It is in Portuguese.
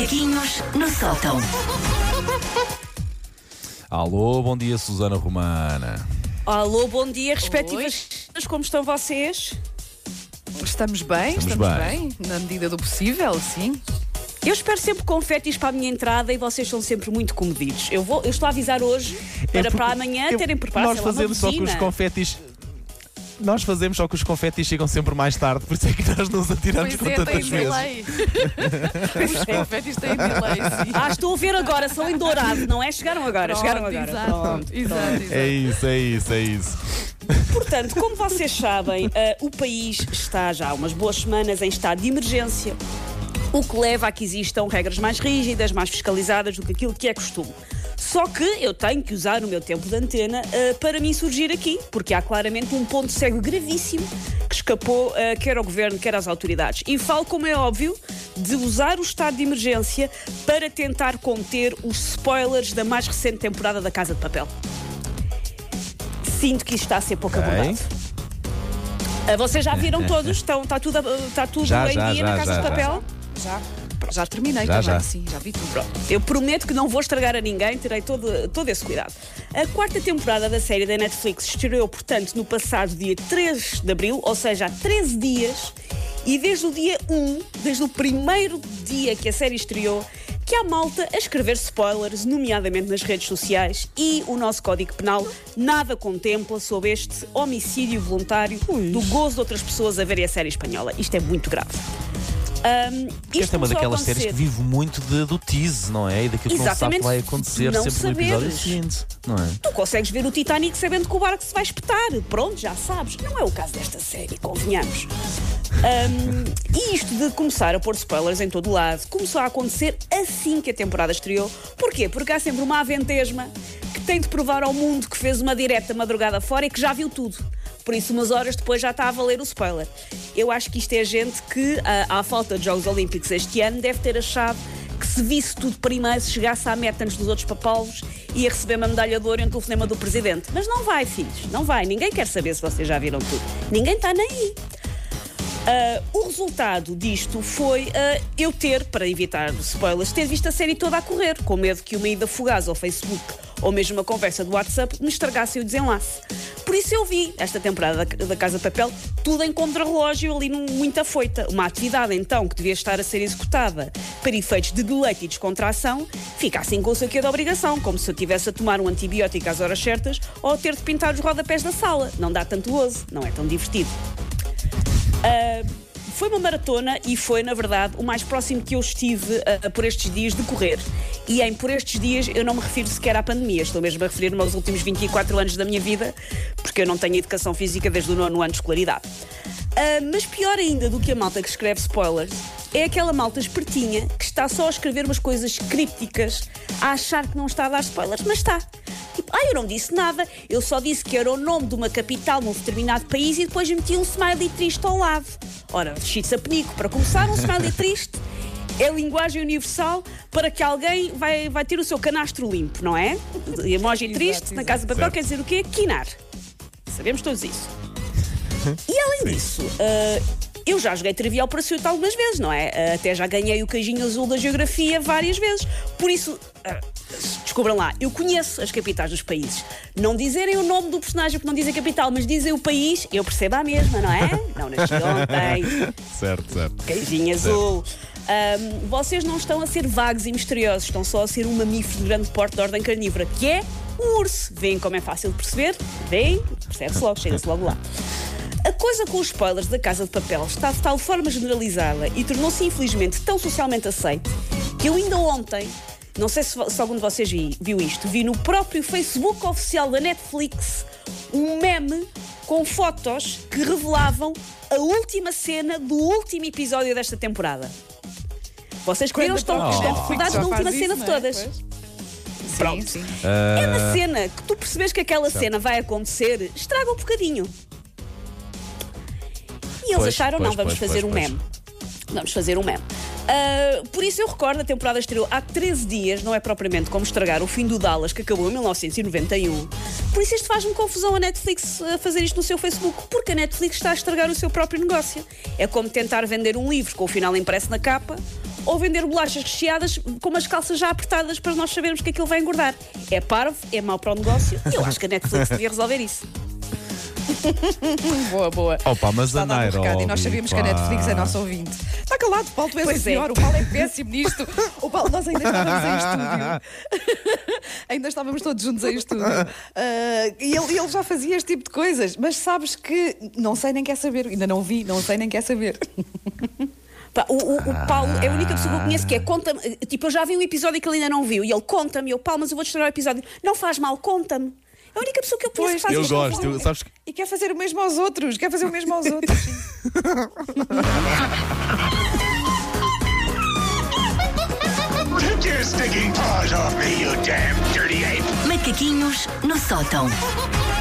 Macaquinhos no sótão. Alô, bom dia, Susana Romana. Alô, bom dia, respectivas. Como estão vocês? Estamos bem, estamos bem, na medida do possível, sim. Eu espero sempre confetis para a minha entrada e vocês são sempre muito comedidos. Eu estou a avisar hoje para amanhã terem preparado. Nós fazemos só que os confetis. Nós fazemos só que os confetis chegam sempre mais tarde, por isso é que nós nos atiramos com tantas vezes. Os confetis têm delay, sim. Estou a ver agora, são em dourado, não é? Chegaram agora. Exato. É isso. Portanto, como vocês sabem, o país está já há umas boas semanas em estado de emergência, o que leva a que existam regras mais rígidas, mais fiscalizadas do que aquilo que é costume. Só que eu tenho que usar o meu tempo de antena para me insurgir aqui, porque há claramente um ponto cego gravíssimo que escapou quer ao governo, quer às autoridades. E falo, como é óbvio, de usar o estado de emergência para tentar conter os spoilers da mais recente temporada da Casa de Papel. Sinto que isto está a ser pouco abordado. Vocês já viram todos? Está tudo em dia na Casa de Papel? Já terminei sim, já vi tudo. Pronto. Eu prometo que não vou estragar a ninguém, terei todo esse cuidado. A quarta temporada da série da Netflix estreou, portanto, no passado dia 3 de abril, ou seja, há 13 dias, e desde o dia 1, desde o primeiro dia que a série estreou, que há malta a escrever spoilers, nomeadamente nas redes sociais, e o nosso Código Penal nada contempla sobre este homicídio voluntário do gozo de outras pessoas a verem a série espanhola. Isto é muito grave. Esta é uma daquelas séries que vive muito do tease, não é? E daquilo que não sabe que vai acontecer sempre no episódio seguinte, não é? Tu consegues ver o Titanic sabendo que o barco se vai espetar. Pronto, já sabes. Não é o caso desta série, convenhamos. E isto de começar a pôr spoilers em todo o lado começou a acontecer assim que a temporada estreou. Porquê? Porque há sempre uma aventesma que tem de provar ao mundo que fez uma direta madrugada fora e que já viu tudo. Por isso, umas horas depois já está a valer o spoiler. Eu acho que isto é gente que, à falta de Jogos Olímpicos este ano, deve ter achado que se visse tudo primeiro, se chegasse à meta antes dos outros papalos, ia receber uma medalha de ouro e um telefonema do presidente. Mas não vai, filhos, não vai. Ninguém quer saber se vocês já viram tudo. Ninguém está nem aí. O resultado disto foi eu ter, para evitar spoilers, ter visto a série toda a correr, com medo que uma ida fugaz ao Facebook ou mesmo uma conversa do WhatsApp me estragasse o desenlace. Por isso eu vi esta temporada da Casa de Papel tudo em contrarrelógio, ali muito afoita. Uma atividade, então, que devia estar a ser executada para efeitos de deleite e descontração, fica assim com o seu quê de obrigação, como se eu estivesse a tomar um antibiótico às horas certas ou a ter de pintar os rodapés da sala. Não dá tanto gozo, não é tão divertido. Foi uma maratona e foi, na verdade, o mais próximo que eu estive por estes dias de correr. E por estes dias eu não me refiro sequer à pandemia, estou mesmo a referir-me aos últimos 24 anos da minha vida, porque eu não tenho educação física desde o 9º ano de escolaridade. Mas pior ainda do que a malta que escreve spoilers é aquela malta espertinha que está só a escrever umas coisas crípticas, a achar que não está a dar spoilers, mas está. Tipo, eu não disse nada, eu só disse que era o nome de uma capital num determinado país e depois meti um smiley triste ao lado. Ora, xixapenico, para começar, um smiley triste é linguagem universal para que alguém vai ter o seu canastro limpo, não é? Emoji triste, na Casa de Papel, quer dizer o quê? Quinar. Sabemos todos isso. E além disso, eu já joguei Trivial Pursuit algumas vezes, não é? Até já ganhei o queijinho azul da geografia várias vezes. Por isso, descubram lá, eu conheço as capitais dos países. Não dizerem o nome do personagem porque não dizem capital, mas dizem o país, eu percebo a mesma, não é? Não nasci ontem. Certo. Queijinho azul. Vocês não estão a ser vagos e misteriosos, estão só a ser um mamífero de grande porte de ordem carnívora, que é um urso. Veem como é fácil de perceber? Veem? Percebe-se logo, chega-se logo lá. A coisa com os spoilers da Casa de Papel está de tal forma generalizada e tornou-se infelizmente tão socialmente aceito que eu ainda ontem, não sei se algum de vocês viu isto, vi no próprio Facebook oficial da Netflix um meme com fotos que revelavam a última cena do último episódio desta temporada. Vocês que viram estão recordados da última cena de todas. Pronto. Sim. É uma cena que tu percebes que aquela cena vai acontecer, estraga um bocadinho. E eles acharam, vamos fazer um meme. Vamos fazer um meme. Por isso eu recordo, a temporada estreou há 13 dias, não é propriamente como estragar o fim do Dallas, que acabou em 1991. Por isso isto faz-me confusão a Netflix a fazer isto no seu Facebook, porque a Netflix está a estragar o seu próprio negócio. É como tentar vender um livro com o final impresso na capa ou vender bolachas recheadas com umas calças já apertadas para nós sabermos que aquilo vai engordar. É parvo, é mau para o negócio e eu acho que a Netflix devia resolver isso. Boa, boa. Opa, mas a Nairobi, e nós sabíamos que a Netflix é nosso ouvinte. Está calado, Paulo, tu és o senhor. O Paulo é péssimo nisto. O Paulo, nós ainda estávamos em estúdio. Ainda estávamos todos juntos em estúdio. E ele já fazia este tipo de coisas. Mas sabes que não sei nem quer saber. Ainda não vi, não sei nem quer saber. O Paulo é a única pessoa que eu conheço que é conta-me. Tipo, eu já vi um episódio que ele ainda não viu e ele conta-me. Eu, Paulo, mas eu vou estragar o episódio. Não faz mal, conta-me. É a única pessoa que eu conheço que faz isso. Eu gosto, sabes que... E quer fazer o mesmo aos outros. Quer fazer o mesmo aos outros. Macaquinhos no sótão.